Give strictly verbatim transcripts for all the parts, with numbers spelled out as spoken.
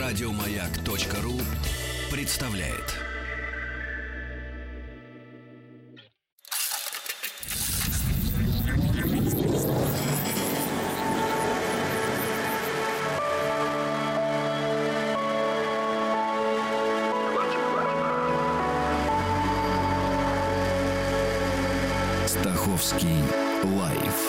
Радиомаяк.ру представляет. Стаховский лайф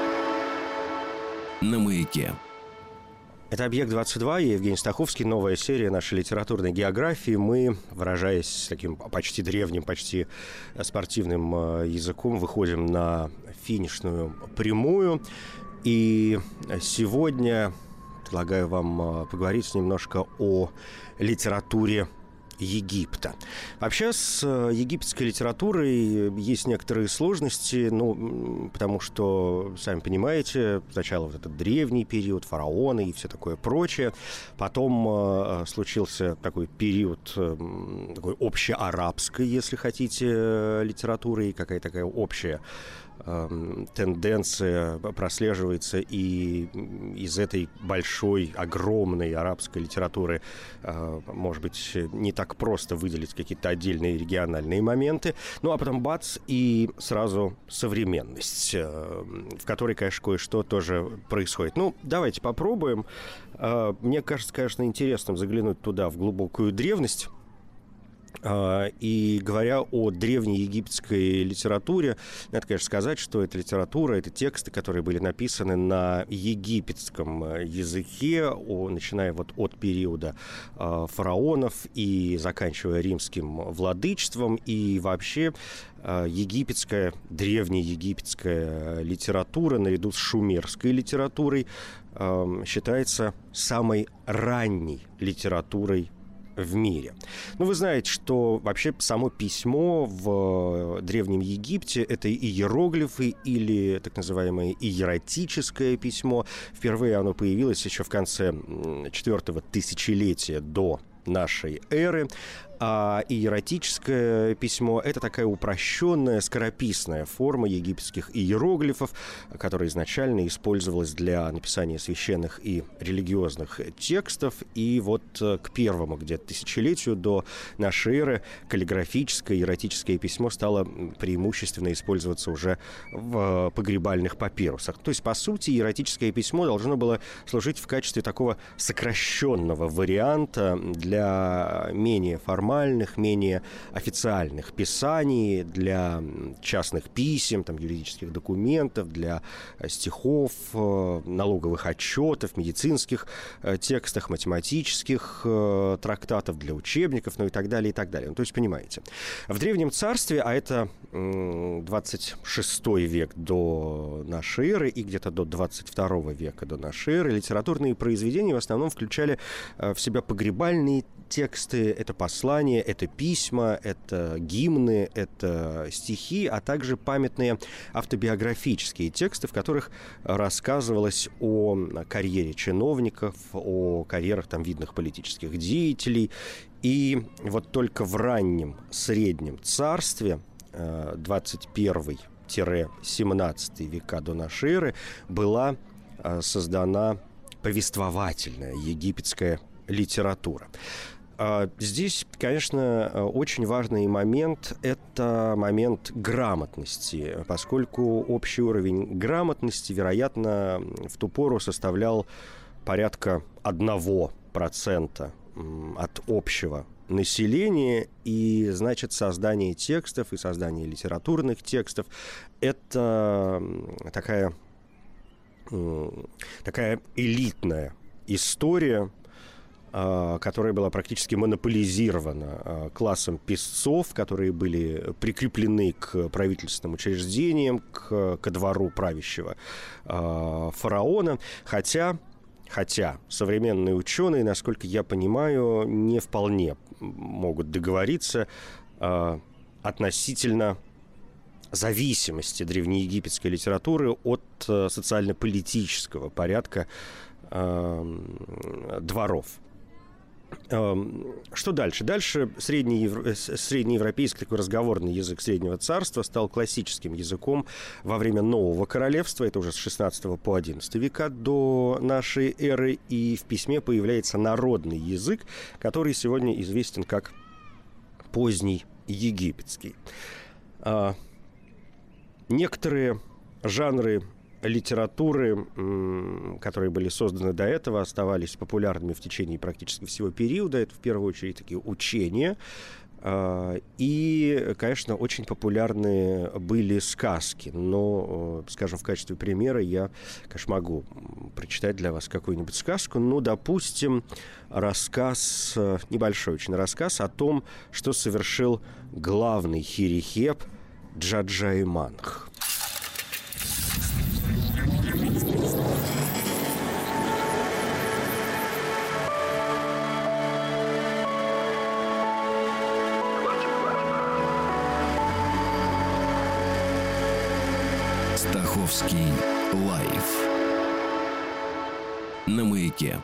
на Маяке. Это «Объект-двадцать два», я Евгений Стаховский, новая серия нашей литературной географии. Мы, выражаясь таким почти древним, почти спортивным языком, выходим на финишную прямую. И сегодня предлагаю вам поговорить немножко о литературе Египта. Вообще с египетской литературой есть некоторые сложности, ну, потому что, сами понимаете, сначала вот этот древний период, фараоны и все такое прочее. Потом э, случился такой период э, такой общеарабской, если хотите, литературы, и какая-то такая общая тенденция прослеживается, и из этой большой, огромной арабской литературы, может быть, не так просто выделить какие-то отдельные региональные моменты. Ну, а потом бац, и сразу современность, в которой, конечно, кое-что тоже происходит. Ну, давайте попробуем. Мне кажется, конечно, интересным заглянуть туда, в глубокую древность. И говоря о древней египетской литературе, надо, конечно, сказать, что эта литература, это тексты, которые были написаны на египетском языке, о, начиная вот от периода э, фараонов и заканчивая римским владычеством. И вообще э, египетская, древнеегипетская литература, наряду с шумерской литературой, э, считается самой ранней литературой в мире. Ну, вы знаете, что вообще само письмо в Древнем Египте — это иероглифы или так называемое иератическое письмо. Впервые оно появилось еще в конце четвертого тысячелетия до нашей эры. А иератическое письмо — это такая упрощенная, скорописная форма египетских иероглифов, которая изначально использовалась для написания священных и религиозных текстов. И вот к первому где-то тысячелетию до нашей эры каллиграфическое иератическое письмо стало преимущественно использоваться уже в погребальных папирусах. То есть, по сути, иератическое письмо должно было служить в качестве такого сокращенного варианта для менее формальных, менее официальных писаний, для частных писем, там, юридических документов, для стихов, налоговых отчетов, медицинских текстов, математических трактатов, для учебников, ну и так далее, и так далее. Ну, то есть, понимаете, в Древнем Царстве, а это двадцать шестой век до нашей эры и где-то до двадцать второго века до нашей эры, литературные произведения в основном включали в себя погребальные тексты, это послания, это письма, это гимны, это стихи, а также памятные автобиографические тексты, в которых рассказывалось о карьере чиновников, о карьерах там видных политических деятелей. И вот только в раннем Среднем Царстве, двадцать первый — семнадцатый века до нашей эры, была создана повествовательная египетская литература. Здесь, конечно, очень важный момент – это момент грамотности, поскольку общий уровень грамотности, вероятно, в ту пору составлял порядка одного процента от общего населения, и, значит, создание текстов и создание литературных текстов – это такая, такая элитная история, которая была практически монополизирована классом писцов, которые были прикреплены к правительственным учреждениям, к, ко двору правящего фараона. Хотя, хотя современные ученые, насколько я понимаю, не вполне могут договориться относительно зависимости древнеегипетской литературы от социально-политического порядка дворов. Что дальше? Дальше среднеевро... среднеевропейский такой разговорный язык Среднего Царства стал классическим языком во время Нового Королевства. Это уже с шестнадцатого по одиннадцатый века до нашей эры. И в письме появляется народный язык, который сегодня известен как поздний египетский. Некоторые жанры литературы, которые были созданы до этого, оставались популярными в течение практически всего периода. Это, в первую очередь, такие учения. И, конечно, очень популярны были сказки. Но, скажем, в качестве примера я, конечно, могу прочитать для вас какую-нибудь сказку. Ну, допустим, рассказ, небольшой очень рассказ о том, что совершил главный Хирихеп Джаджайманх. Стаховский лайф на Маяке.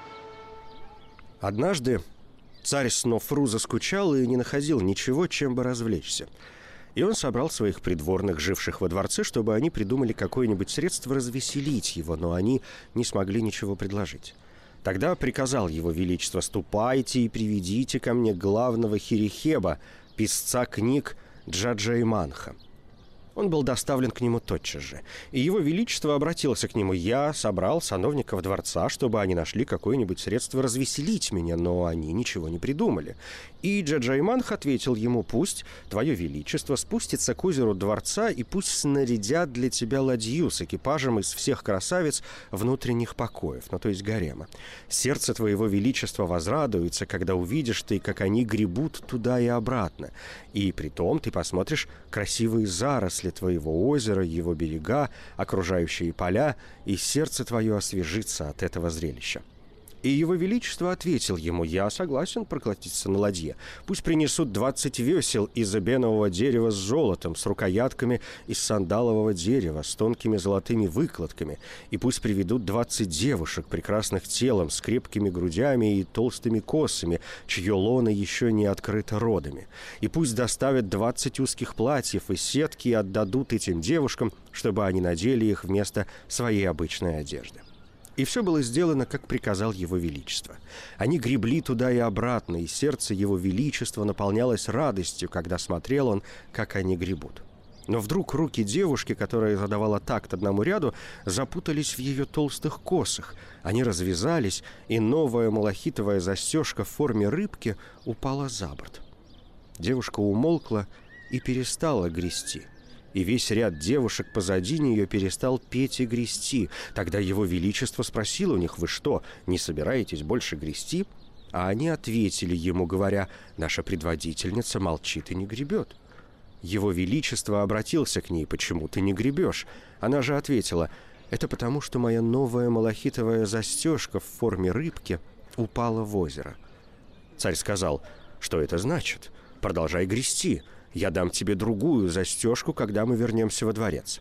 Однажды царь Снофру заскучал и не находил ничего, чем бы развлечься. И он собрал своих придворных, живших во дворце, чтобы они придумали какое-нибудь средство развеселить его, но они не смогли ничего предложить. Тогда приказал его величество: «Ступайте и приведите ко мне главного Хирихеба, писца книг Джаджайманха». Он был доставлен к нему тотчас же, и его величество обратился к нему: «Я собрал сановников дворца, чтобы они нашли какое-нибудь средство развеселить меня, но они ничего не придумали». И Джаджайманх ответил ему: «Пусть твое величество спустится к озеру дворца, и пусть снарядят для тебя ладью с экипажем из всех красавиц внутренних покоев, ну то есть гарема. Сердце твоего величества возрадуется, когда увидишь ты, как они гребут туда и обратно, и притом ты посмотришь красивые заросли твоего озера, его берега, окружающие поля, и сердце твое освежится от этого зрелища». И его величество ответил ему: «Я согласен прокатиться на ладье. Пусть принесут двадцать весел из эбенового дерева с золотом, с рукоятками из сандалового дерева, с тонкими золотыми выкладками, и пусть приведут двадцать девушек, прекрасных телом, с крепкими грудями и толстыми косами, чье лоно еще не открыто родами. И пусть доставят двадцать узких платьев и сетки и отдадут этим девушкам, чтобы они надели их вместо своей обычной одежды». И все было сделано, как приказал его величество. Они гребли туда и обратно, и сердце его величества наполнялось радостью, когда смотрел он, как они гребут. Но вдруг руки девушки, которая задавала такт одному ряду, запутались в ее толстых косах. Они развязались, и новая малахитовая застежка в форме рыбки упала за борт. Девушка умолкла и перестала грести. И весь ряд девушек позади нее перестал петь и грести. Тогда его величество спросил у них: «Вы что, не собираетесь больше грести?» А они ответили ему, говоря: «Наша предводительница молчит и не гребет». Его величество обратился к ней: «Почему ты не гребешь?» Она же ответила: «Это потому, что моя новая малахитовая застежка в форме рыбки упала в озеро». Царь сказал: «Что это значит? Продолжай грести. Я дам тебе другую застежку, когда мы вернемся во дворец».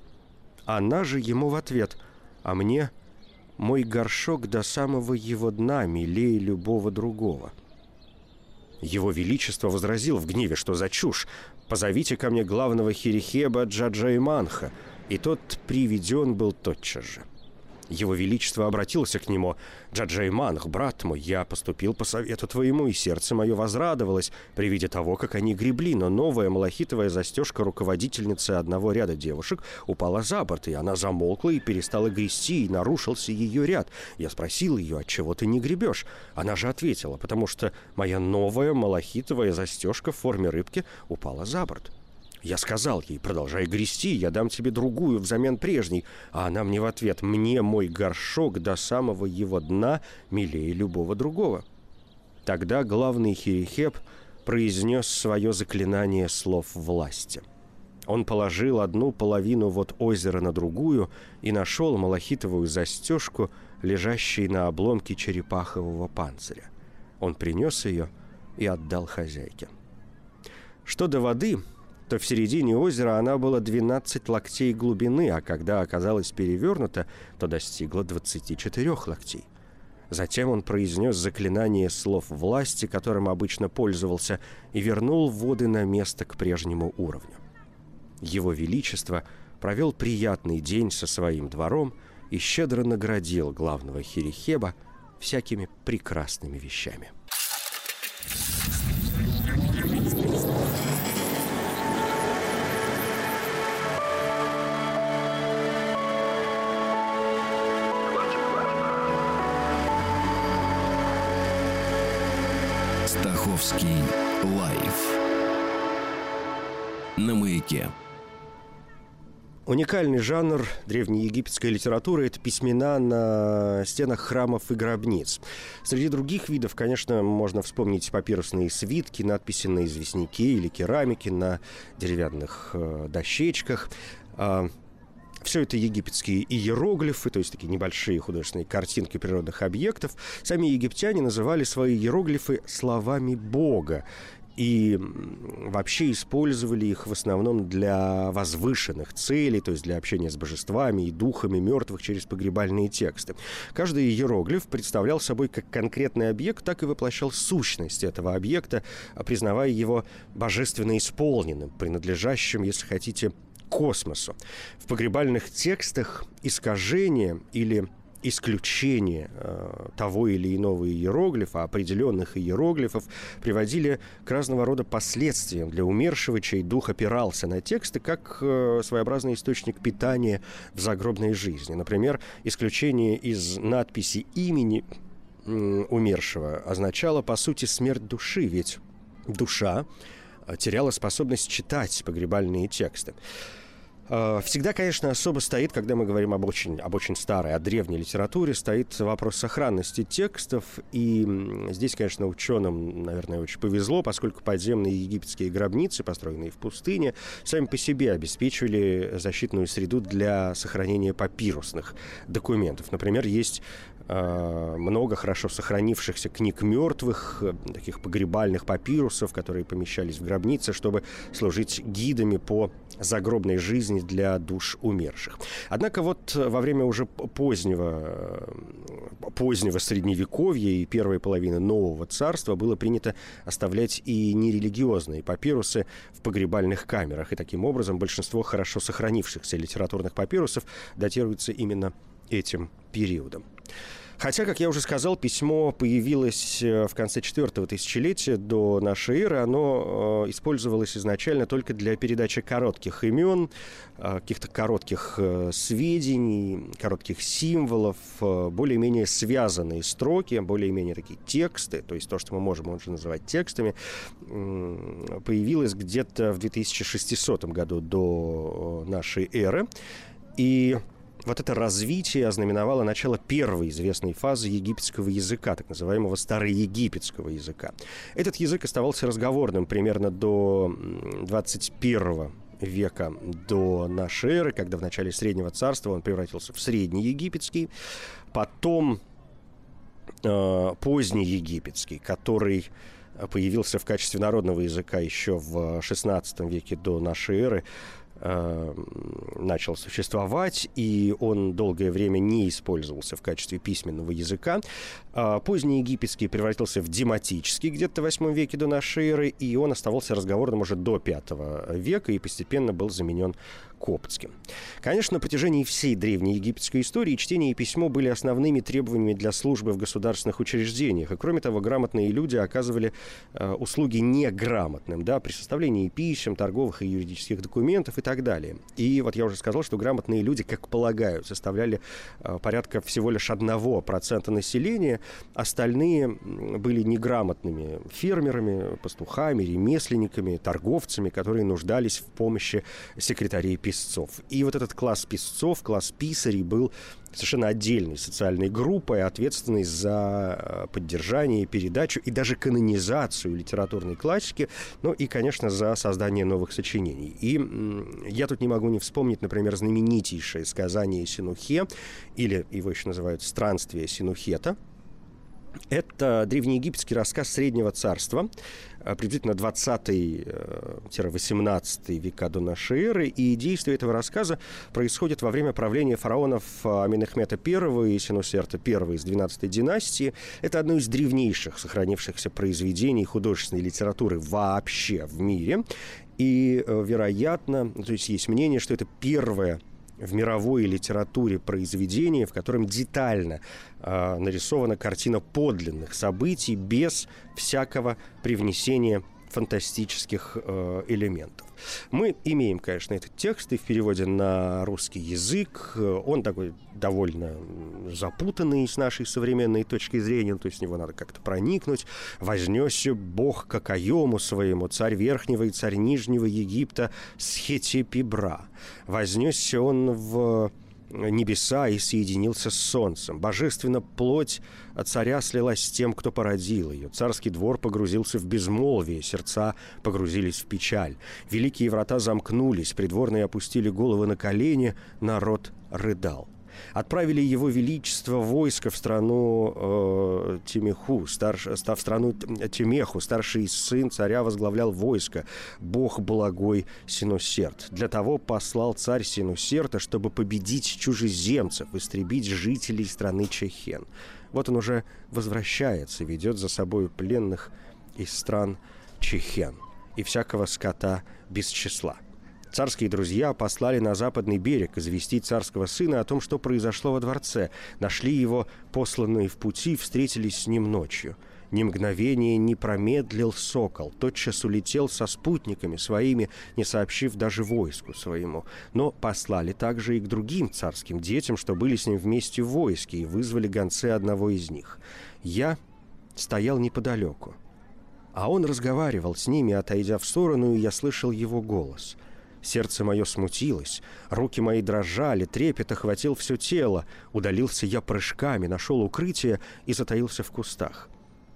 Она же ему в ответ: «А мне мой горшок до самого его дна милее любого другого». Его величество возразил в гневе: «Что за чушь? Позовите ко мне главного Хирихеба Джаджайманха». И тот приведен был тотчас же. Его величество обратился к нему: «Джаджайманх, брат мой, я поступил по совету твоему, и сердце мое возрадовалось при виде того, как они гребли, но новая малахитовая застежка руководительницы одного ряда девушек упала за борт, и она замолкла и перестала грести, и нарушился ее ряд. Я спросил ее: отчего ты не гребешь?» Она же ответила: «Потому что моя новая малахитовая застежка в форме рыбки упала за борт». Я сказал ей: «Продолжай грести, я дам тебе другую взамен прежней». А она мне в ответ: «Мне мой горшок до самого его дна милее любого другого». Тогда главный Хирихеп произнес свое заклинание слов власти. Он положил одну половину вот озера на другую и нашел малахитовую застежку, лежащую на обломке черепахового панциря. Он принес ее и отдал хозяйке. Что до воды, то в середине озера она была двенадцать локтей глубины, а когда оказалась перевернута, то достигла двадцати четырёх локтей. Затем он произнес заклинание слов власти, которым обычно пользовался, и вернул воды на место к прежнему уровню. Его Величество провел приятный день со своим двором и щедро наградил главного Хирихеба всякими прекрасными вещами. Стаховский лайф на Маяке. Уникальный жанр древнеегипетской литературы – это письмена на стенах храмов и гробниц. Среди других видов, конечно, можно вспомнить папирусные свитки, надписи на известняке или керамике, на деревянных э, дощечках. Э, Все это египетские иероглифы, то есть такие небольшие художественные картинки природных объектов. Сами египтяне называли свои иероглифы словами Бога. И вообще использовали их в основном для возвышенных целей, то есть для общения с божествами и духами мертвых через погребальные тексты. Каждый иероглиф представлял собой как конкретный объект, так и воплощал сущность этого объекта, признавая его божественно исполненным, принадлежащим, если хотите, космосу. В погребальных текстах искажение или исключение э, того или иного иероглифа, определенных иероглифов, приводили к разного рода последствиям для умершего, чей дух опирался на тексты, как э, своеобразный источник питания в загробной жизни. Например, исключение из надписи имени э, умершего означало, по сути, смерть души, ведь душа э, теряла способность читать погребальные тексты. Всегда, конечно, особо стоит, когда мы говорим об очень, об очень старой, о древней литературе, стоит вопрос сохранности текстов. И здесь, конечно, ученым, наверное, очень повезло, поскольку подземные египетские гробницы, построенные в пустыне, сами по себе обеспечивали защитную среду для сохранения папирусных документов. Например, есть много хорошо сохранившихся книг мертвых, таких погребальных папирусов, которые помещались в гробницы, чтобы служить гидами по загробной жизни для душ умерших. Однако вот во время уже позднего, позднего Средневековья и первой половины Нового Царства было принято оставлять и нерелигиозные папирусы в погребальных камерах. И таким образом большинство хорошо сохранившихся литературных папирусов датируется именно этим периодом. Хотя, как я уже сказал, письмо появилось в конце четвертого тысячелетия до нашей эры. Оно использовалось изначально только для передачи коротких имен, каких-то коротких сведений, коротких символов, более-менее связанные строки, более-менее такие тексты, то есть то, что мы можем уже называть текстами, появилось где-то в две тысячи шестисотом году до нашей эры. И вот это развитие ознаменовало начало первой известной фазы египетского языка, так называемого староегипетского языка. Этот язык оставался разговорным примерно до двадцать первого века до нашей эры, когда в начале Среднего Царства он превратился в среднеегипетский, потом э, позднеегипетский, который появился в качестве народного языка еще в шестнадцатом веке до нашей эры, начал существовать, и он долгое время не использовался в качестве письменного языка. Позднеегипетский превратился в дематический где-то в восьмом веке до нашей эры, и он оставался разговорным уже до пятого века и постепенно был заменен коптским. Конечно, на протяжении всей древней египетской истории чтение и письмо были основными требованиями для службы в государственных учреждениях. И, кроме того, грамотные люди оказывали э, услуги неграмотным, да, при составлении писем, торговых и юридических документов и так далее. И вот я уже сказал, что грамотные люди, как полагают, составляли э, порядка всего лишь одного процента населения. Остальные были неграмотными фермерами, пастухами, ремесленниками, торговцами, которые нуждались в помощи секретарей писцов. И вот этот класс писцов, класс писарей был совершенно отдельной социальной группой, ответственной за поддержание, передачу и даже канонизацию литературной классики, ну и, конечно, за создание новых сочинений. И я тут не могу не вспомнить, например, знаменитейшее сказание Синухе, или его еще называют «Странствие Синухета», Это древнеегипетский рассказ Среднего Царства, приблизительно двадцатый-восемнадцатый века до нашей эры, и действие этого рассказа происходит во время правления фараонов Аменхмета I и Сенусерта I из двенадцатой династии. Это одно из древнейших сохранившихся произведений художественной литературы вообще в мире, и, вероятно, то есть есть мнение, что это первое в мировой литературе произведение, в котором детально э, нарисована картина подлинных событий без всякого привнесения фантастических э, элементов. Мы имеем, конечно, этот текст и в переводе на русский язык. Он такой довольно запутанный с нашей современной точки зрения, то есть в него надо как-то проникнуть. «Вознесся Бог к окоему своему, царь Верхнего и царь Нижнего Египта Схетипибра. Вознесся он в небеса и соединился с солнцем. Божественно плоть от царя слилась с тем, кто породил ее. Царский двор погрузился в безмолвие, сердца погрузились в печаль. Великие врата замкнулись, придворные опустили головы на колени, народ рыдал. Отправили его величество войско в страну э, Тимеху, старш, в страну Тимеху, старший сын царя возглавлял войско, бог благой Сенусерт. Для того послал царь Сенусерта, чтобы победить чужеземцев, истребить жителей страны Чехен. Вот он уже возвращается, ведет за собой пленных из стран Чехен и всякого скота без числа. Царские друзья послали на западный берег известить царского сына о том, что произошло во дворце. Нашли его, посланные в пути, встретились с ним ночью. Ни мгновение не промедлил сокол. Тотчас улетел со спутниками своими, не сообщив даже войску своему. Но послали также и к другим царским детям, что были с ним вместе в войске, и вызвали гонцы одного из них. Я стоял неподалеку, а он разговаривал с ними, отойдя в сторону, и я слышал его голос. Сердце мое смутилось, руки мои дрожали, трепет охватил все тело. Удалился я прыжками, нашел укрытие и затаился в кустах,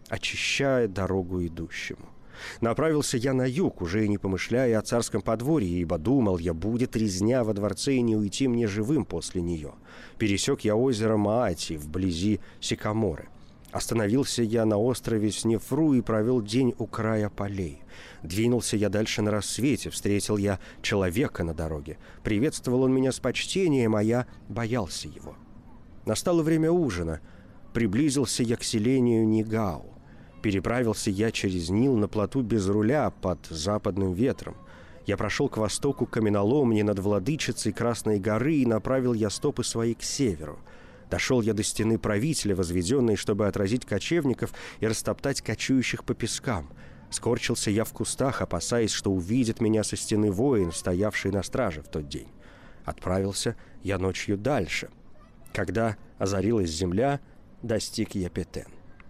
очищая дорогу идущему. Направился я на юг, уже и не помышляя о царском подворье, ибо думал я, будет резня во дворце, и не уйти мне живым после нее. Пересек я озеро Маати вблизи Сикаморы. Остановился я на острове Снефру и провел день у края полей. Двинулся я дальше на рассвете, встретил я человека на дороге. Приветствовал он меня с почтением, а я боялся его. Настало время ужина. Приблизился я к селению Нигау. Переправился я через Нил на плоту без руля под западным ветром. Я прошел к востоку каменоломни над владычицей Красной горы и направил я стопы свои к северу. Дошел я до стены правителя, возведенной, чтобы отразить кочевников и растоптать кочующих по пескам. Скорчился я в кустах, опасаясь, что увидит меня со стены воин, стоявший на страже в тот день. Отправился я ночью дальше. Когда озарилась земля, достиг я Петен.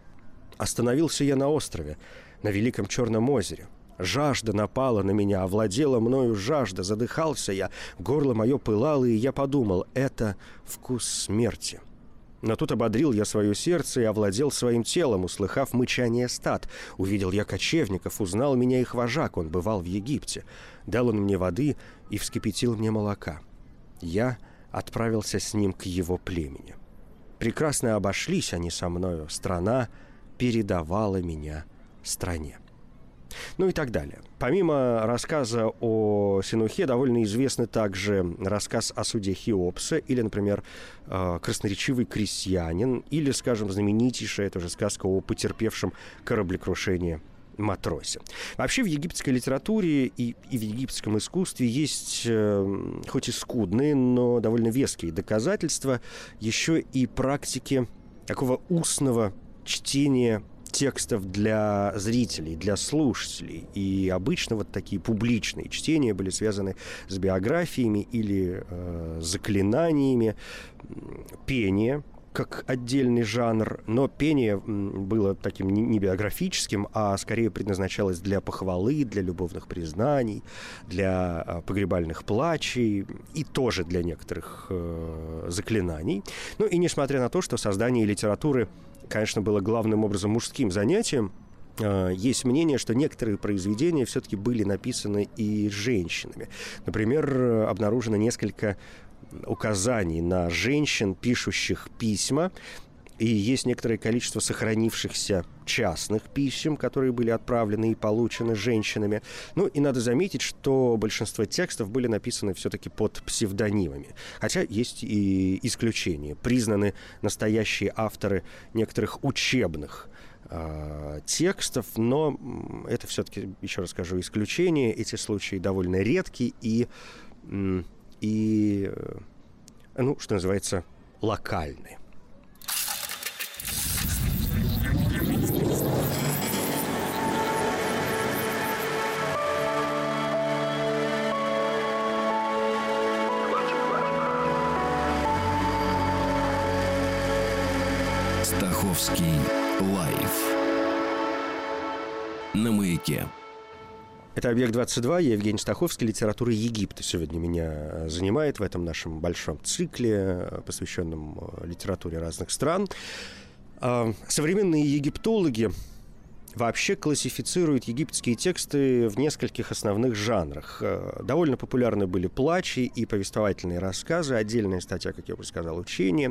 Остановился я на острове, на Великом Черном озере. Жажда напала на меня, овладела мною жажда, задыхался я, горло мое пылало, и я подумал, это вкус смерти. Но тут ободрил я свое сердце и овладел своим телом, услыхав мычание стад. Увидел я кочевников, узнал меня их вожак, он бывал в Египте. Дал он мне воды и вскипятил мне молока. Я отправился с ним к его племени. Прекрасно обошлись они со мною, страна передавала меня стране. Ну и так далее. Помимо рассказа о Синухе, довольно известны также рассказ о суде Хеопса, или, например, красноречивый крестьянин, или, скажем, знаменитейшая тоже сказка о потерпевшем кораблекрушение матросе. Вообще в египетской литературе и, и в египетском искусстве есть, э, хоть и скудные, но довольно веские доказательства еще и практики такого устного чтения текстов для зрителей, для слушателей. И обычно вот такие публичные чтения были связаны с биографиями или э, заклинаниями. Пение как отдельный жанр, но пение было таким не биографическим, а скорее предназначалось для похвалы, для любовных признаний, для погребальных плачей и тоже для некоторых э, заклинаний. Ну и несмотря на то, что создание литературы, конечно, было главным образом мужским занятием, э, есть мнение, что некоторые произведения все-таки были написаны и женщинами. Например, обнаружено несколько указаний на женщин, пишущих письма, И есть некоторое количество сохранившихся частных писем, которые были отправлены и получены женщинами. Ну и надо заметить, что большинство текстов были написаны все-таки под псевдонимами. Хотя есть и исключения. Признаны настоящие авторы некоторых учебных э, текстов, но это все-таки, еще раз скажу, исключение. Эти случаи довольно редки и, и ну, что называется, локальны. Стаховский лайф на Маяке. Это «Объект-двадцать два», я Евгений Стаховский. Литература Египта сегодня меня занимает в этом нашем большом цикле, посвященном литературе разных стран. Современные египтологи вообще классифицируют египетские тексты в нескольких основных жанрах. Довольно популярны были плачи и повествовательные рассказы, отдельная статья, как я уже сказал, учение.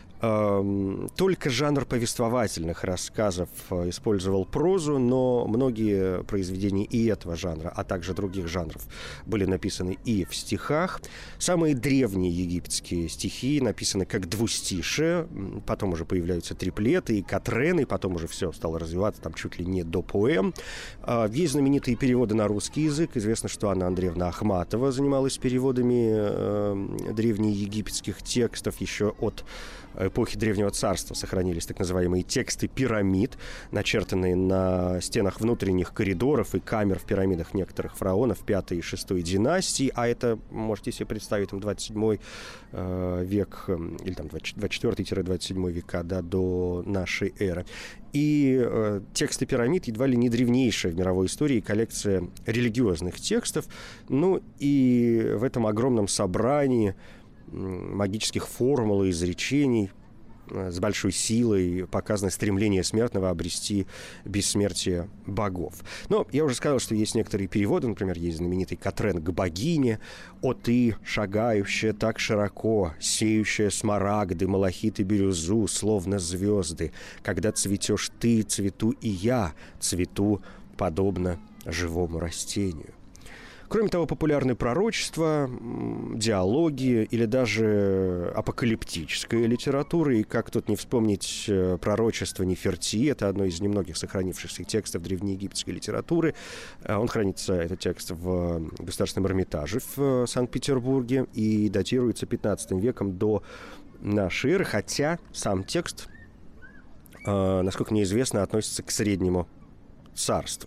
Только жанр повествовательных рассказов использовал прозу, но многие произведения и этого жанра, а также других жанров, были написаны и в стихах. Самые древние египетские стихи написаны как двустишие, потом уже появляются триплеты и катрены, потом уже все стало развиваться там чуть ли не до поэм. Есть знаменитые переводы на русский язык. Известно, что Анна Андреевна Ахматова занималась переводами древнеегипетских текстов еще от эпохи Древнего Царства. Сохранились так называемые тексты пирамид, начертанные на стенах внутренних коридоров и камер в пирамидах некоторых фараонов пятой и шестой династии, а это, можете себе представить, там двадцать седьмой э, век, или там двадцать четвёртый-двадцать седьмой века, да, до нашей эры. И э, тексты пирамид едва ли не древнейшая в мировой истории коллекция религиозных текстов. Ну и в этом огромном собрании магических формул и изречений с большой силой показано стремление смертного обрести бессмертие богов. Но я уже сказал, что есть некоторые переводы. Например, есть знаменитый Катрен к богине: «О ты, шагающая так широко, сеющая смарагды, малахит и бирюзу, словно звезды, когда цветешь ты, цвету и я, цвету подобно живому растению». Кроме того, популярны пророчества, диалоги или даже апокалиптическая литература. И как тут не вспомнить пророчество Неферти, это одно из немногих сохранившихся текстов древнеегипетской литературы. Он хранится, этот текст, в Государственном Эрмитаже в Санкт-Петербурге и датируется пятнадцатым веком до нашей эры, хотя сам текст, насколько мне известно, относится к Среднему царству.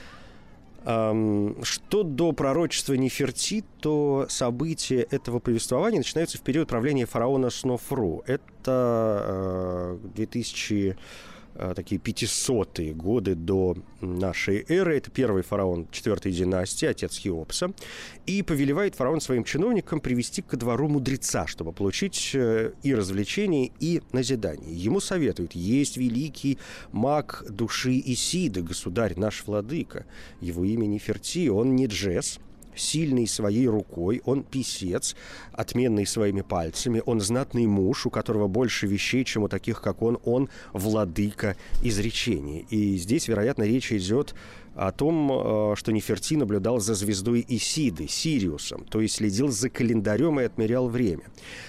Что до пророчества Неферти, то события этого повествования начинаются в период правления фараона Снофру. Это две тысячи такие пятисотые годы до нашей эры. Это первый фараон четвертой династии, отец Хеопса. И повелевает фараон своим чиновникам привести ко двору мудреца, чтобы получить и развлечение, и назидание. Ему советуют: есть великий маг души Исиды, государь наш владыка. Его имя Неферти, он Ниджес, сильный своей рукой, он писец, отменный своими пальцами, он знатный муж, у которого больше вещей, чем у таких, как он, он владыка изречений. И здесь, вероятно, речь идет о том, что Неферти наблюдал за звездой Исиды, Сириусом, то есть следил за календарем и отмерял время.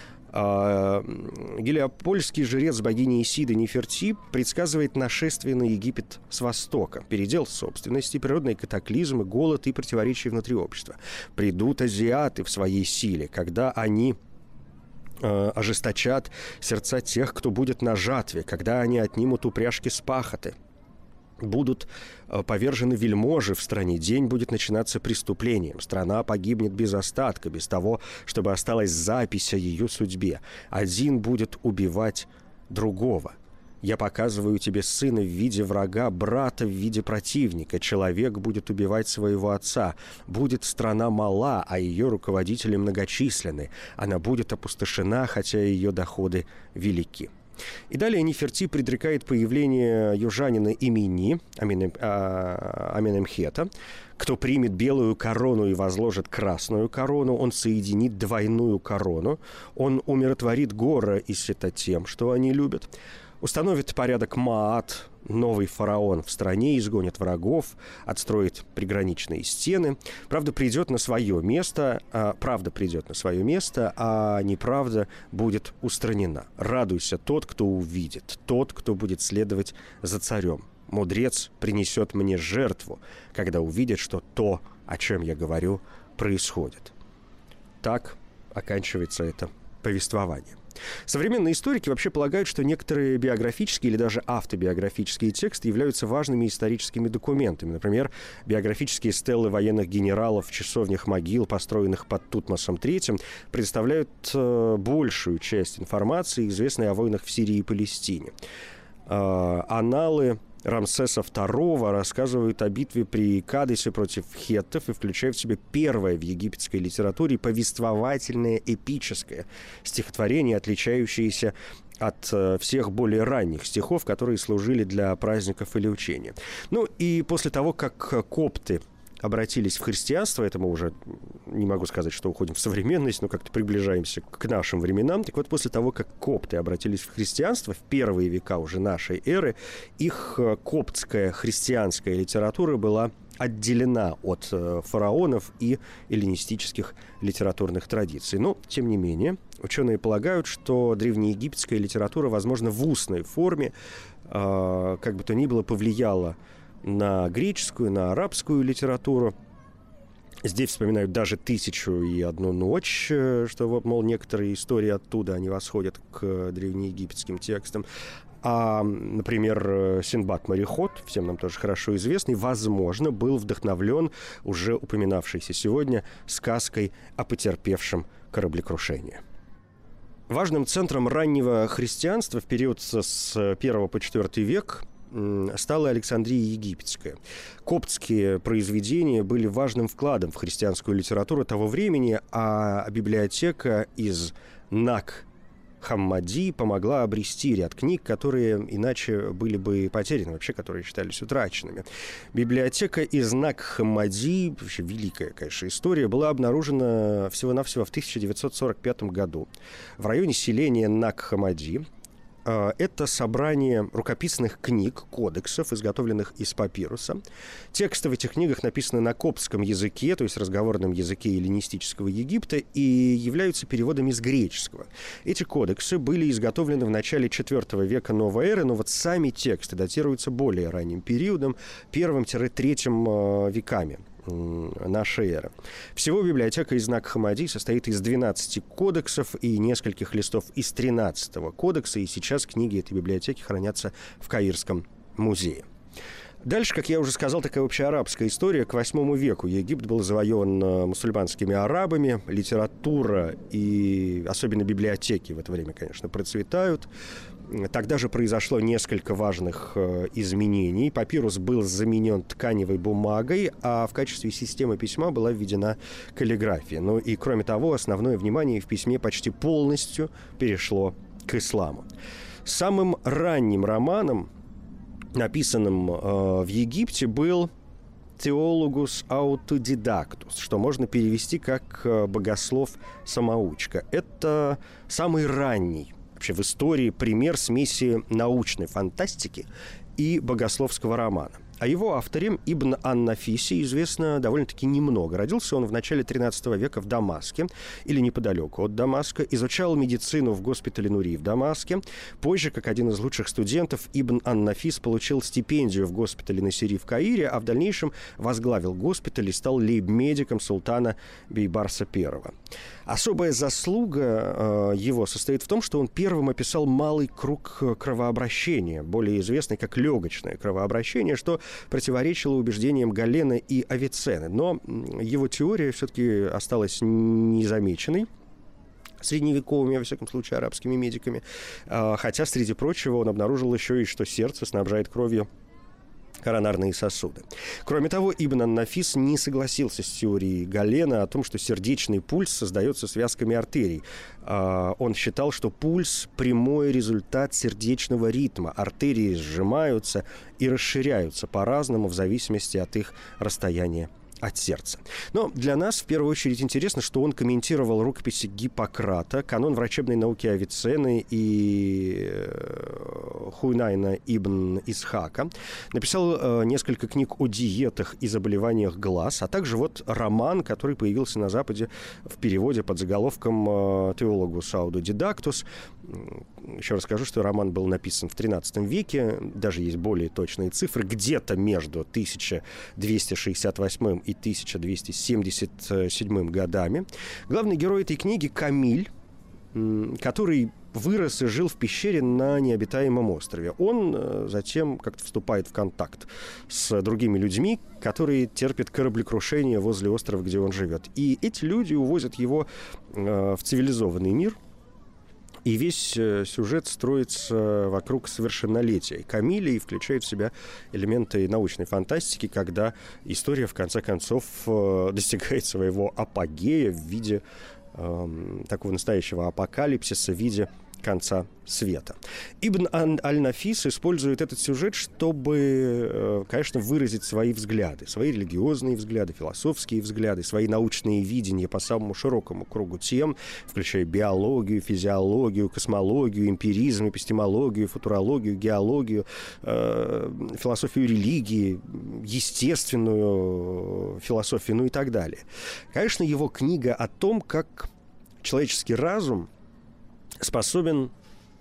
Гелиопольский жрец богини Исиды Неферти предсказывает нашествие на Египет с востока, передел собственности, природные катаклизмы, голод и противоречия внутри общества. Придут азиаты в своей силе, когда они э, ожесточат сердца тех, кто будет на жатве, когда они отнимут упряжки с пахоты. Будут повержены вельможи в стране, день будет начинаться преступлением, страна погибнет без остатка, без того, чтобы осталась запись о ее судьбе. Один будет убивать другого. Я показываю тебе сына в виде врага, брата в виде противника. Человек будет убивать своего отца. Будет страна мала, а ее руководители многочисленны. Она будет опустошена, хотя ее доходы велики. И далее Неферти предрекает появление южанина Имени, Аменемхета. Кто примет белую корону и возложит красную корону, он соединит двойную корону. Он умиротворит Гора и Сета тем, что они любят. Установит порядок Маат, новый фараон в стране, изгонит врагов, отстроит приграничные стены. Правда придет на свое место, а, правда придет на свое место, а неправда будет устранена. Радуйся тот, кто увидит, тот, кто будет следовать за царем. Мудрец принесет мне жертву, когда увидит, что то, о чем я говорю, происходит. Так оканчивается это повествование. Современные историки вообще полагают, что некоторые биографические или даже автобиографические тексты являются важными историческими документами. Например, биографические стелы военных генералов в часовнях могил, построенных под Тутмосом третьим, предоставляют э, большую часть информации, известной о войнах в Сирии и Палестине. Э, аналы Рамсеса второго рассказывают о битве при Кадесе против хеттов и включают в себя первое в египетской литературе повествовательное эпическое стихотворение, отличающееся от э, всех более ранних стихов, которые служили для праздников или учения. Ну и после того, как копты обратились в христианство, это мы уже не могу сказать, что уходим в современность, но как-то приближаемся к нашим временам. Так вот, после того, как копты обратились в христианство, в первые века уже нашей эры, их коптская христианская литература была отделена от э, фараонов и эллинистических литературных традиций. Но, тем не менее, ученые полагают, что древнеегипетская литература, возможно, в устной форме, э, как бы то ни было, повлияла на греческую, на арабскую литературу. Здесь вспоминают даже «Тысячу и одну ночь», что, вот, мол, некоторые истории оттуда, они восходят к древнеегипетским текстам. А, например, Синдбад-мореход, всем нам тоже хорошо известный, возможно, был вдохновлен уже упоминавшейся сегодня сказкой о потерпевшем кораблекрушение. Важным центром раннего христианства в период с первого по четвёртый век стала Александрия Египетская. Коптские произведения были важным вкладом в христианскую литературу того времени, а библиотека из Накх-Хаммади помогла обрести ряд книг, которые иначе были бы потеряны, вообще, которые считались утраченными. Библиотека из Накх-Хаммади, вообще великая, конечно, история, была обнаружена всего-навсего в тысяча девятьсот сорок пятом году в районе селения Накх-Хаммади. Это собрание рукописных книг, кодексов, изготовленных из папируса. Тексты в этих книгах написаны на коптском языке, то есть разговорном языке эллинистического Египта, и являются переводами с греческого. Эти кодексы были изготовлены в начале четвёртого века новой эры, но вот сами тексты датируются более ранним периодом, первым-третьим веками нашей эры. Всего библиотека из Накх-Хаммади состоит из двенадцати кодексов и нескольких листов из тринадцатого кодекса, и сейчас книги этой библиотеки хранятся в Каирском музее. Дальше, как я уже сказал, такая общеарабская история. К восьмому веку Египет был завоеван мусульманскими арабами. Литература и особенно библиотеки в это время, конечно, процветают. Тогда же произошло несколько важных э, изменений. Папирус был заменен тканевой бумагой, а в качестве системы письма была введена каллиграфия. Ну и, кроме того, основное внимание в письме почти полностью перешло к исламу. Самым ранним романом, написанным э, в Египте, был «Теологус аутодидактус», что можно перевести как «богослов-самоучка». Это самый ранний вообще в истории пример смеси научной фантастики и богословского романа. О его авторе Ибн ан-Нафисе известно довольно-таки немного. Родился он в начале тринадцатого века в Дамаске, или неподалеку от Дамаска. Изучал медицину в госпитале Нури в Дамаске. Позже, как один из лучших студентов, Ибн ан-Нафис получил стипендию в госпитале Насири в Каире, а в дальнейшем возглавил госпиталь и стал лейб-медиком султана Бейбарса первого. Особая заслуга э, его состоит в том, что он первым описал малый круг кровообращения, более известный как легочное кровообращение, что противоречило убеждениям Галена и Авиценны. Но его теория все-таки осталась незамеченной средневековыми, во всяком случае, арабскими медиками. Хотя, среди прочего, он обнаружил еще и, что сердце снабжает кровью коронарные сосуды. Кроме того, Ибн ан-Нафис не согласился с теорией Галена о том, что сердечный пульс создается связками артерий. Он считал, что пульс – прямой результат сердечного ритма. Артерии сжимаются и расширяются по-разному в зависимости от их расстояния от сердца. Но для нас в первую очередь интересно, что он комментировал рукописи Гиппократа, канон врачебной науки Авиценны и Хунайна ибн Исхака. Написал несколько книг о диетах и заболеваниях глаз, а также вот роман, который появился на Западе в переводе под заголовком «Теологус аудодидактус». Еще расскажу, что роман был написан в тринадцатом веке, даже есть более точные цифры, где-то между тысяча двести шестьдесят восьмым и тысяча двести семьдесят седьмым годами. Главный герой этой книги Камиль, который вырос и жил в пещере на необитаемом острове. Он затем как-то вступает в контакт с другими людьми, которые терпят кораблекрушение возле острова, где он живет. И эти люди увозят его в цивилизованный мир, и весь сюжет строится вокруг совершеннолетия Камиля и включает в себя элементы научной фантастики, когда история, в конце концов, достигает своего апогея в виде э, такого настоящего апокалипсиса, в виде конца света. Ибн аль-Нафис использует этот сюжет, чтобы, конечно, выразить свои взгляды, свои религиозные взгляды, философские взгляды, свои научные видения по самому широкому кругу тем, включая биологию, физиологию, космологию, эмпиризм, эпистемологию, футурологию, геологию, э, философию религии, естественную философию, ну и так далее. Конечно, его книга о том, как человеческий разум способен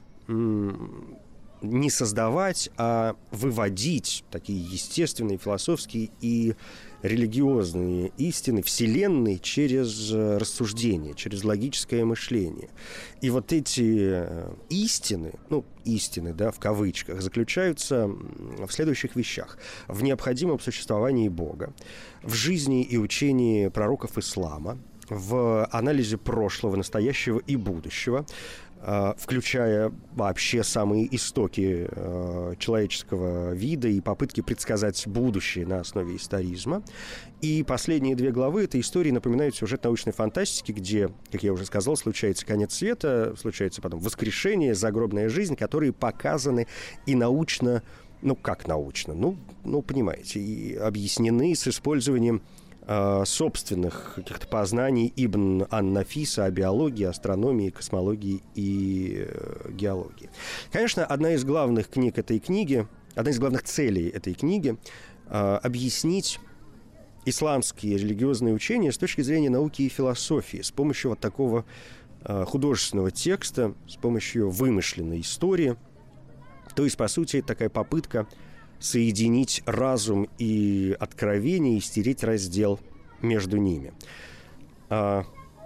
м- не создавать, а выводить такие естественные, философские и религиозные истины Вселенной через рассуждение, через логическое мышление. И вот эти истины, ну, истины, да, в кавычках, заключаются в следующих вещах. В необходимом существовании Бога, в жизни и учении пророков ислама, в анализе прошлого, настоящего и будущего, включая вообще самые истоки человеческого вида и попытки предсказать будущее на основе историзма. И последние две главы этой истории напоминают сюжет научной фантастики, где, как я уже сказал, случается конец света, случается потом воскрешение, загробная жизнь, которые показаны и научно, ну как научно, ну, ну понимаете, и объяснены с использованием собственных каких-то познаний Ибн ан-Нафиса о биологии, астрономии, космологии и геологии. Конечно, одна из главных книг этой книги, одна из главных целей этой книги — объяснить исламские религиозные учения с точки зрения науки и философии с помощью вот такого художественного текста, с помощью вымышленной истории. То есть, по сути, это такая попытка соединить разум и откровение и стереть раздел между ними. А,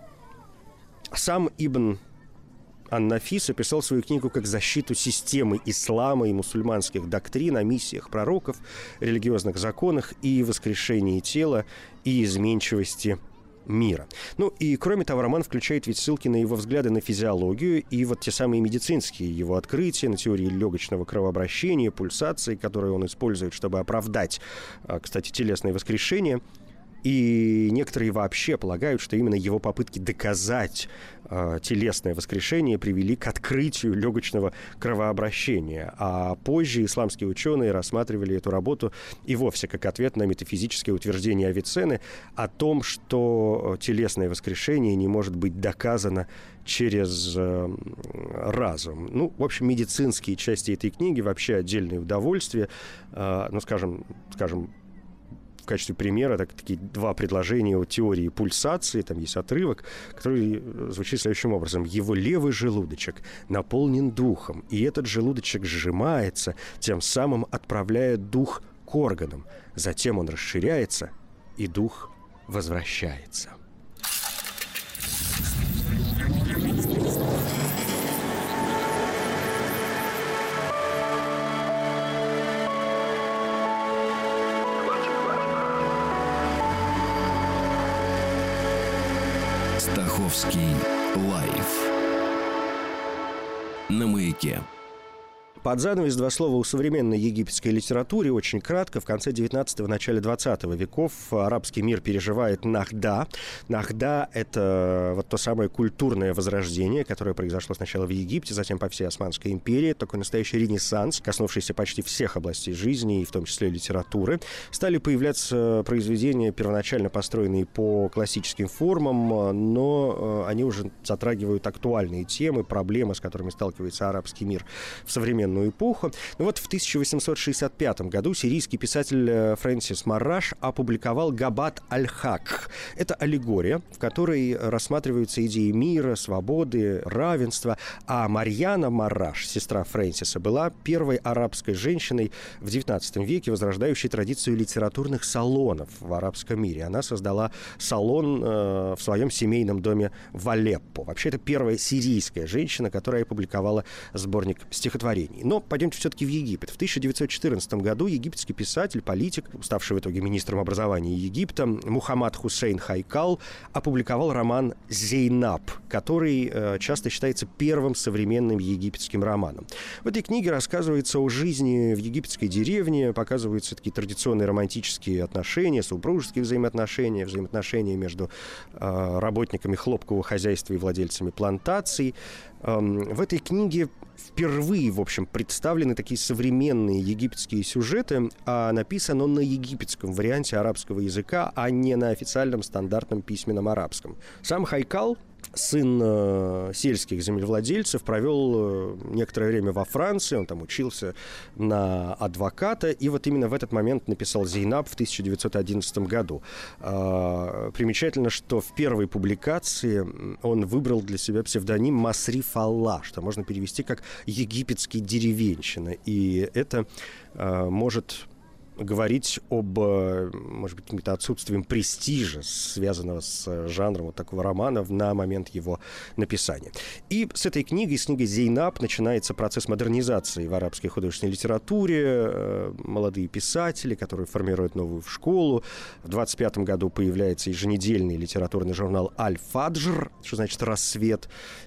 сам Ибн ан-Нафис описал свою книгу как защиту системы ислама и мусульманских доктрин о миссиях пророков, религиозных законах и воскрешении тела и изменчивости мира. Ну и, кроме того, роман включает ведь ссылки на его взгляды на физиологию и вот те самые медицинские его открытия, на теории легочного кровообращения, пульсации, которые он использует, чтобы оправдать, кстати, телесное воскрешение. И некоторые вообще полагают, что именно его попытки доказать э, телесное воскрешение привели к открытию легочного кровообращения. А позже исламские ученые рассматривали эту работу и вовсе как ответ на метафизическое утверждение Авиценны о том, что телесное воскрешение не может быть доказано через э, разум. Ну, в общем, медицинские части этой книги вообще отдельное удовольствие. Э, ну, скажем, скажем, в качестве примера так, такие два предложения о теории пульсации. Там есть отрывок, который звучит следующим образом. Его левый желудочек наполнен духом, и этот желудочек сжимается, тем самым отправляя дух к органам. Затем он расширяется, и дух возвращается. Стаховский лайф на Маяке. Под занавес два слова о современной египетской литературе. Очень кратко. В конце девятнадцатого, начале двадцатого веков арабский мир переживает Нахда. Нахда — это вот то самое культурное возрождение, которое произошло сначала в Египте, затем по всей Османской империи. Такой настоящий ренессанс, коснувшийся почти всех областей жизни, и в том числе литературы. Стали появляться произведения, первоначально построенные по классическим формам, но они уже затрагивают актуальные темы, проблемы, с которыми сталкивается арабский мир в современном послевоенную эпоху. Но вот в тысяча восемьсот шестьдесят пятом году сирийский писатель Фрэнсис Марраш опубликовал «Габат аль-Хак». Это аллегория, в которой рассматриваются идеи мира, свободы, равенства. А Марьяна Марраш, сестра Фрэнсиса, была первой арабской женщиной в девятнадцатом веке, возрождающей традицию литературных салонов в арабском мире. Она создала салон э, в своем семейном доме в Алеппо. Вообще, это первая сирийская женщина, которая опубликовала сборник стихотворений. Но пойдемте все-таки в Египет. В тысяча девятьсот четырнадцатом году египетский писатель, политик, ставший в итоге министром образования Египта, Мухаммад Хусейн Хайкал, опубликовал роман «Зейнаб», который э, часто считается первым современным египетским романом. В этой книге рассказывается о жизни в египетской деревне, показываются такие традиционные романтические отношения, супружеские взаимоотношения, взаимоотношения между э, работниками хлопкового хозяйства и владельцами плантаций. Э, в этой книге впервые, в общем, представлены такие современные египетские сюжеты, а написан он на египетском варианте арабского языка, а не на официальном стандартном письменном арабском. Сам Хайкал, сын э, сельских землевладельцев, провел э, некоторое время во Франции, он там учился на адвоката, и вот именно в этот момент написал «Зейнаб» в тысяча девятьсот одиннадцатом году. Э, примечательно, что в первой публикации он выбрал для себя псевдоним Масриф Алла, что можно перевести как «египетский деревенщина», и это э, может говорить об, может быть, каким-то отсутствием престижа, связанного с жанром вот такого романа на момент его написания. И с этой книгой, с книгой «Зейнаб», начинается процесс модернизации в арабской художественной литературе. Молодые писатели, которые формируют новую школу. В двадцать пятом году появляется еженедельный литературный журнал «Аль-Фаджр», что значит «Рассвет».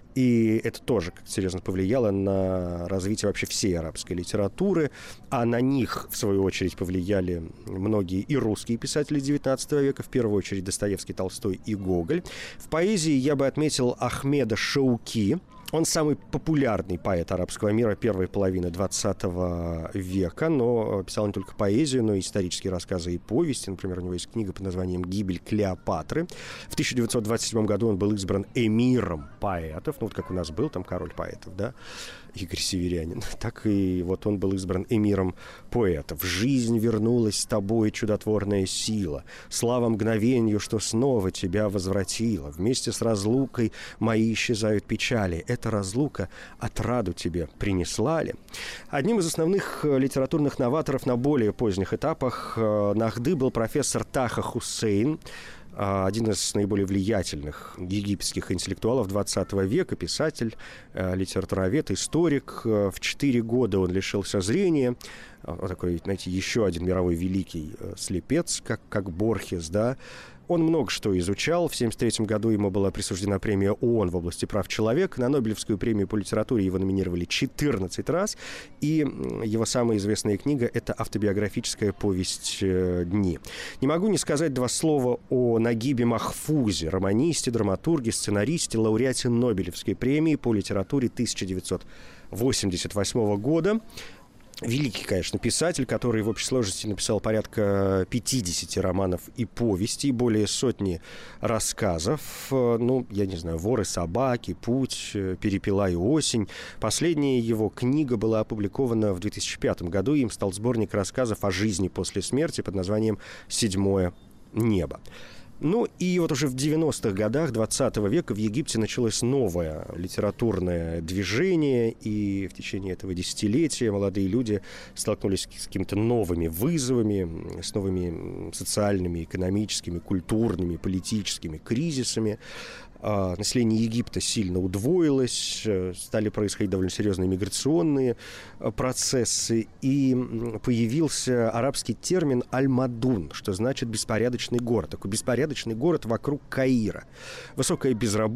И это тоже как-то серьезно повлияло на развитие вообще всей арабской литературы. А на них, в свою очередь, повлияли многие и русские писатели девятнадцатого века, в первую очередь Достоевский, Толстой и Гоголь. В поэзии я бы отметил Ахмеда Шауки. Он самый популярный поэт арабского мира первой половины двадцатого века, но писал не только поэзию, но и исторические рассказы и повести. Например, у него есть книга под названием «Гибель Клеопатры». В тысяча девятьсот двадцать седьмом году он был избран эмиром поэтов, ну вот как у нас был там король поэтов, да, Игорь Северянин, так и вот он был избран эмиром поэтов. «Жизнь вернулась с тобой, чудотворная сила, слава мгновенью, что снова тебя возвратила. Вместе с разлукой мои исчезают печали. Эта разлука отраду тебе принесла ли?» Одним из основных литературных новаторов на более поздних этапах Нахды был профессор Таха Хусейн, один из наиболее влиятельных египетских интеллектуалов двадцатого века, писатель, литературовед, историк. В четыре года он лишился зрения. Вот такой, знаете, еще один мировой великий слепец, как, как Борхес, да. Он много что изучал. В семьдесят третьем году ему была присуждена премия ООН в области прав человека. На Нобелевскую премию по литературе его номинировали четырнадцать раз. И его самая известная книга — это автобиографическая повесть «Дни». Не могу не сказать два слова о Нагибе Махфузе, романисте, драматурге, сценаристе, лауреате Нобелевской премии по литературе тысяча девятьсот восемьдесят восьмого года. Великий, конечно, писатель, который в общей сложности написал порядка пятидесяти романов и повестей, более сотни рассказов. Ну, я не знаю, «Вор и собаки», «Путь», «Перепела и осень». Последняя его книга была опубликована в две тысячи пятом году. Им стал сборник рассказов о жизни после смерти под названием «Седьмое небо». Ну и вот уже в девяностых годах двадцатого века в Египте началось новое литературное движение, и в течение этого десятилетия молодые люди столкнулись с какими-то новыми вызовами, с новыми социальными, экономическими, культурными, политическими кризисами. Население Египта сильно удвоилось, стали происходить довольно серьезные миграционные процессы, и появился арабский термин «аль-Мадун», что значит «беспорядочный город». Такой беспорядочный город вокруг Каира. Высокая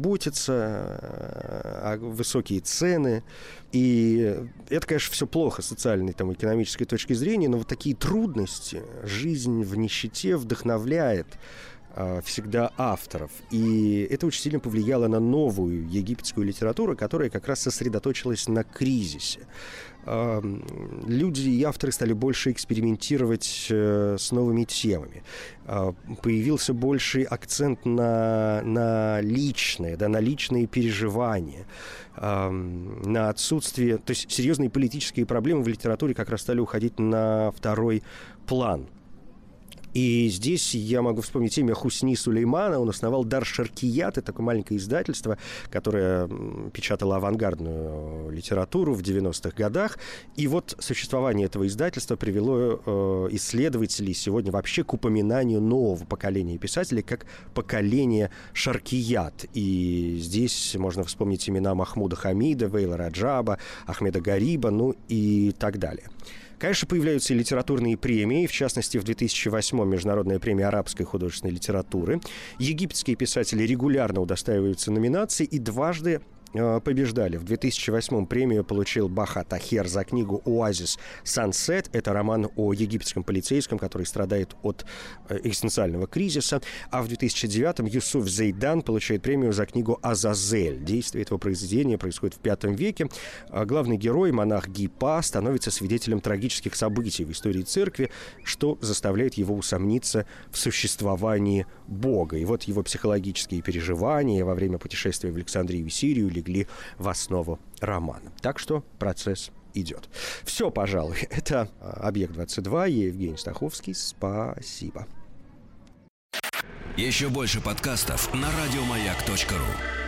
безработица, высокие цены. И это, конечно, все плохо с социальной, там, экономической точки зрения, но вот такие трудности, жизнь в нищете вдохновляет всегда авторов. И это очень сильно повлияло на новую египетскую литературу, которая как раз сосредоточилась на кризисе. люди и авторы стали больше экспериментировать с новыми темами. Появился больший акцент на, на личное, да, на личные переживания, на отсутствие... То есть серьезные политические проблемы в литературе как раз стали уходить на второй план. И здесь я могу вспомнить имя Хусни Сулеймана. Он основал Дар Шаркият, это такое маленькое издательство, которое печатало авангардную литературу в девяностых годах. И вот существование этого издательства привело э, исследователей сегодня вообще к упоминанию нового поколения писателей как поколение Шаркият. И здесь можно вспомнить имена Махмуда Хамида, Вейла Раджаба, Ахмеда Гариба, ну и так далее. Конечно, появляются и литературные премии, в частности, в две тысячи восьмом Международная премия арабской художественной литературы. Египетские писатели регулярно удостаиваются номинаций и дважды э, побеждали. В две тысячи восьмом премию получил Баха Тахер за книгу «Оазис Сансет». Это роман о египетском полицейском, который страдает от э, экзистенциального кризиса. А в две тысячи девятом Юсуф Зейдан получает премию за книгу «Азазель». Действие этого произведения происходит в пятом веке. А главный герой, монах Гипа, становится свидетелем трагических событий в истории церкви, что заставляет его усомниться в существовании Бога. И вот его психологические переживания во время путешествия в Александрию и Сирию легли в основу романа. Так что процесс идет. Все, пожалуй. Это «Объект двадцать два». Я Евгений Стаховский. Спасибо. Еще больше подкастов на радиомаяк точка ру.